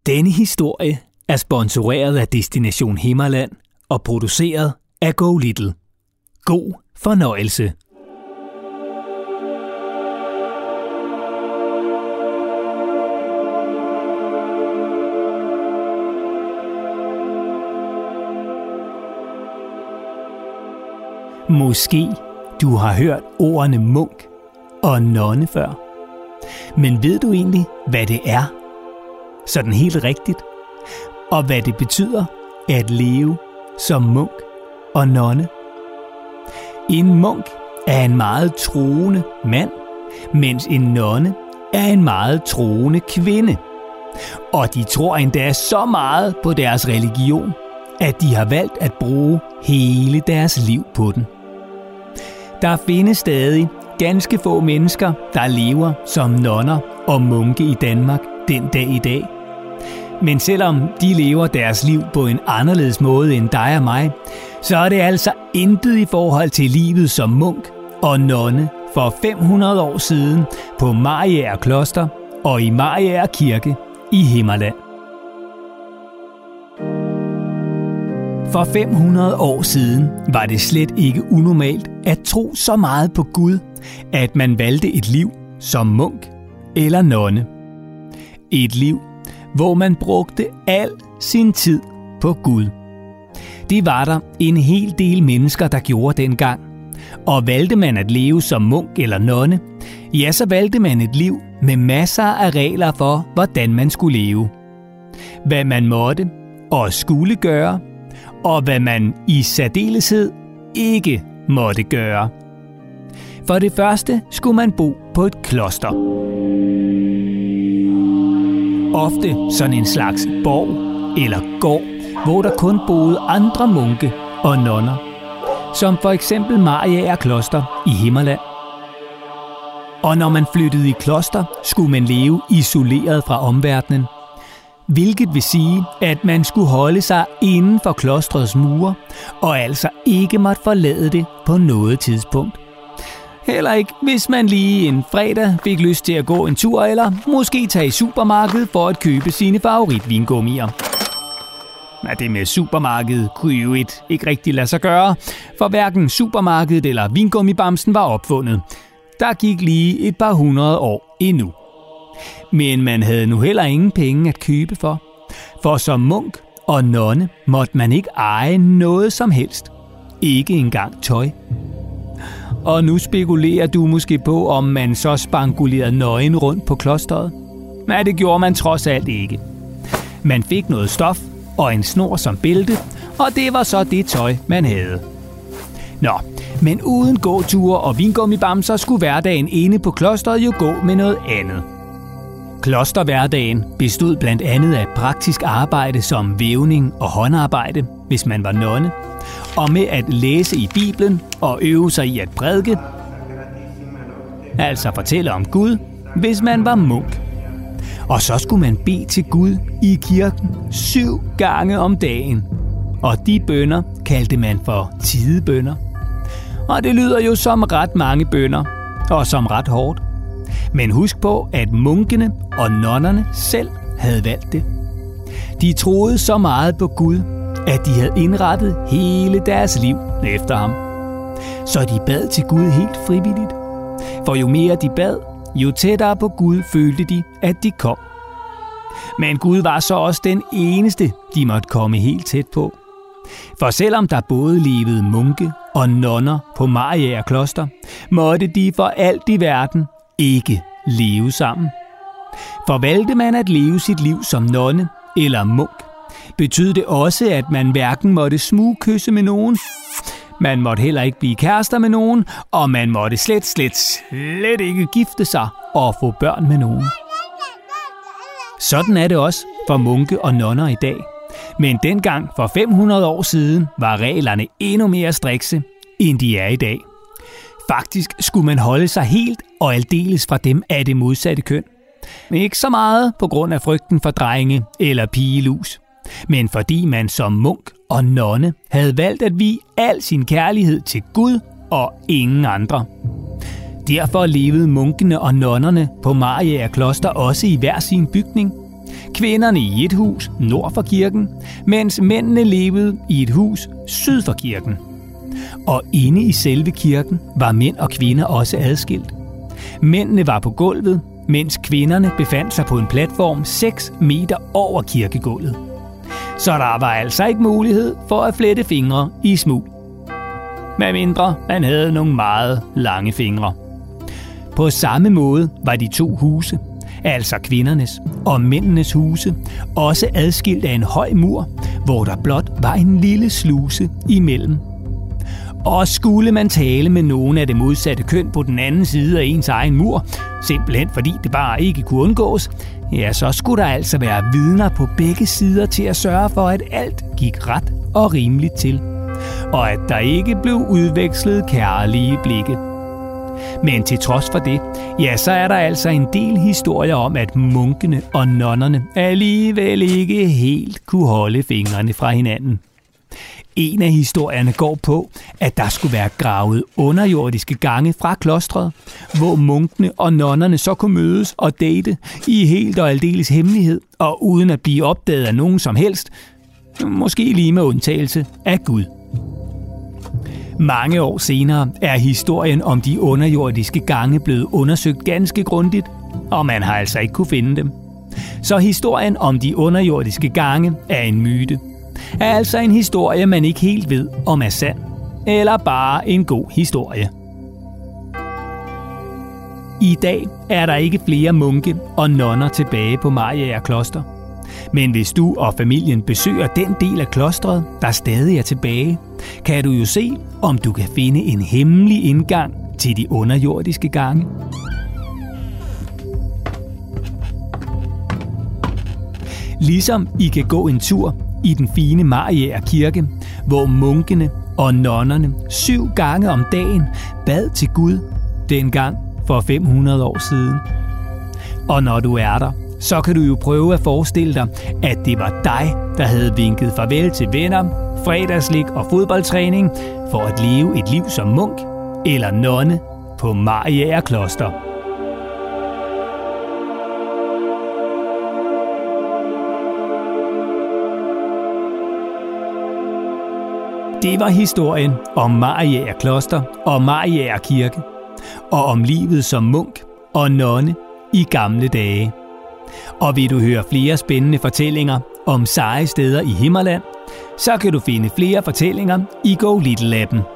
Denne historie er sponsoreret af Destination Himmerland og produceret af Go Little. God fornøjelse. Måske du har hørt ordene munk og nonne før. Men ved du egentlig, hvad det er? Sådan helt rigtigt. Og hvad det betyder at leve som munk og nonne? En munk er en meget troende mand, mens en nonne er en meget troende kvinde. Og de tror endda så meget på deres religion, at de har valgt at bruge hele deres liv på den. Der findes stadig ganske få mennesker, der lever som nonner og munke i Danmark den dag i dag. Men selvom de lever deres liv på en anderledes måde end dig og mig, så er det altså intet i forhold til livet som munk og nonne for 500 år siden på Mariager Kloster og i Mariager Kirke i Himmerland. For 500 år siden var det slet ikke unormalt at tro så meget på Gud, at man valgte et liv som munk eller nonne. Et liv, hvor man brugte al sin tid på Gud. Det var der en hel del mennesker, der gjorde dengang. Og valgte man at leve som munk eller nonne, ja, så valgte man et liv med masser af regler for, hvordan man skulle leve. Hvad man måtte og skulle gøre, og hvad man i særdeleshed ikke måtte gøre. For det første skulle man bo på et kloster. Ofte sådan en slags borg eller gård, hvor der kun boede andre munke og nonner, som for eksempel Mariager Kloster i Himmerland. Og når man flyttede i kloster, skulle man leve isoleret fra omverdenen, hvilket vil sige, at man skulle holde sig inden for klostrets mure, og altså ikke måtte forlade det på noget tidspunkt. Heller ikke, hvis man lige en fredag fik lyst til at gå en tur, eller måske tage i supermarkedet for at købe sine favoritvingummier. Men det med supermarkedet kunne jo ikke rigtig lade sig gøre, for hverken supermarkedet eller vingummibamsen var opfundet. Der gik lige et par 100 år endnu. Men man havde nu heller ingen penge at købe for som munk og nonne måtte man ikke eje noget som helst. Ikke engang tøj. Og nu spekulerer du måske på, om man så spangulerede nøgen rundt på klosteret. Men det gjorde man trods alt ikke. Man fik noget stof og en snor som bælte, og det var så det tøj, man havde. Nå, men uden gåture og vingummibamser skulle hverdagen inde på klosteret jo gå med noget andet. Klosterhverdagen bestod blandt andet af praktisk arbejde som vævning og håndarbejde, hvis man var nonne, og med at læse i Bibelen og øve sig i at prædike, altså fortælle om Gud, hvis man var munk. Og så skulle man bede til Gud i kirken 7 gange om dagen, og de bønner kaldte man for tidebønner. Og det lyder jo som ret mange bønner, og som ret hårdt. Men husk på, at munkene og nonnerne selv havde valgt det. De troede så meget på Gud, at de havde indrettet hele deres liv efter ham. Så de bad til Gud helt frivilligt. For jo mere de bad, jo tættere på Gud følte de, at de kom. Men Gud var så også den eneste, de måtte komme helt tæt på. For selvom der både levede munke og nonner på Mariager Kloster, måtte de for alt i verden ikke leve sammen. For valgte man at leve sit liv som nonne eller munk, betød det også, at man hverken måtte smugkysse med nogen, man måtte heller ikke blive kærester med nogen, og man måtte slet ikke gifte sig og få børn med nogen. Sådan er det også for munke og nonner i dag. Men dengang for 500 år siden var reglerne endnu mere strikse, end de er i dag. Faktisk skulle man holde sig helt og aldeles fra dem af det modsatte køn. Men ikke så meget på grund af frygten for drenge eller pigelus, men fordi man som munk og nonne havde valgt at vie al sin kærlighed til Gud og ingen andre. Derfor levede munkene og nonnerne på Mariager Kloster også i hver sin bygning. Kvinderne i et hus nord for kirken, mens mændene levede i et hus syd for kirken. Og inde i selve kirken var mænd og kvinder også adskilt. Mændene var på gulvet, mens kvinderne befandt sig på en platform 6 meter over kirkegulvet. Så der var altså ikke mulighed for at flette fingre i smug. Medmindre man havde nogle meget lange fingre. På samme måde var de 2 huse, altså kvindernes og mændenes huse, også adskilt af en høj mur, hvor der blot var en lille sluse imellem. Og skulle man tale med nogen af det modsatte køn på den anden side af ens egen mur, simpelthen fordi det bare ikke kunne undgås, ja, så skulle der altså være vidner på begge sider til at sørge for, at alt gik ret og rimeligt til, og at der ikke blev udvekslet kærlige blikke. Men til trods for det, ja, så er der altså en del historier om, at munkene og nonnerne alligevel ikke helt kunne holde fingrene fra hinanden. En af historierne går på, at der skulle være gravet underjordiske gange fra klostret, hvor munkene og nonnerne så kunne mødes og date i helt og aldeles hemmelighed, og uden at blive opdaget af nogen som helst, måske lige med undtagelse af Gud. Mange år senere er historien om de underjordiske gange blevet undersøgt ganske grundigt, og man har altså ikke kunne finde dem. Så historien om de underjordiske gange er en myte. Er altså en historie, man ikke helt ved, om er sand, eller bare en god historie. I dag er der ikke flere munke og nonner tilbage på Mariager Kloster. Men hvis du og familien besøger den del af klostret, der stadig er tilbage, kan du jo se, om du kan finde en hemmelig indgang til de underjordiske gange. Ligesom I kan gå en tur i den fine Mariager Kirke, hvor munkene og nonnerne 7 gange om dagen bad til Gud dengang for 500 år siden. Og når du er der, så kan du jo prøve at forestille dig, at det var dig, der havde vinket farvel til venner, fredagslik og fodboldtræning for at leve et liv som munk eller nonne på Mariager Kloster. Det var historien om Mariager Kloster og Mariager Kirke, og om livet som munk og nonne i gamle dage. Og vil du høre flere spændende fortællinger om seje steder i Himmerland, så kan du finde flere fortællinger i Go Little-appen.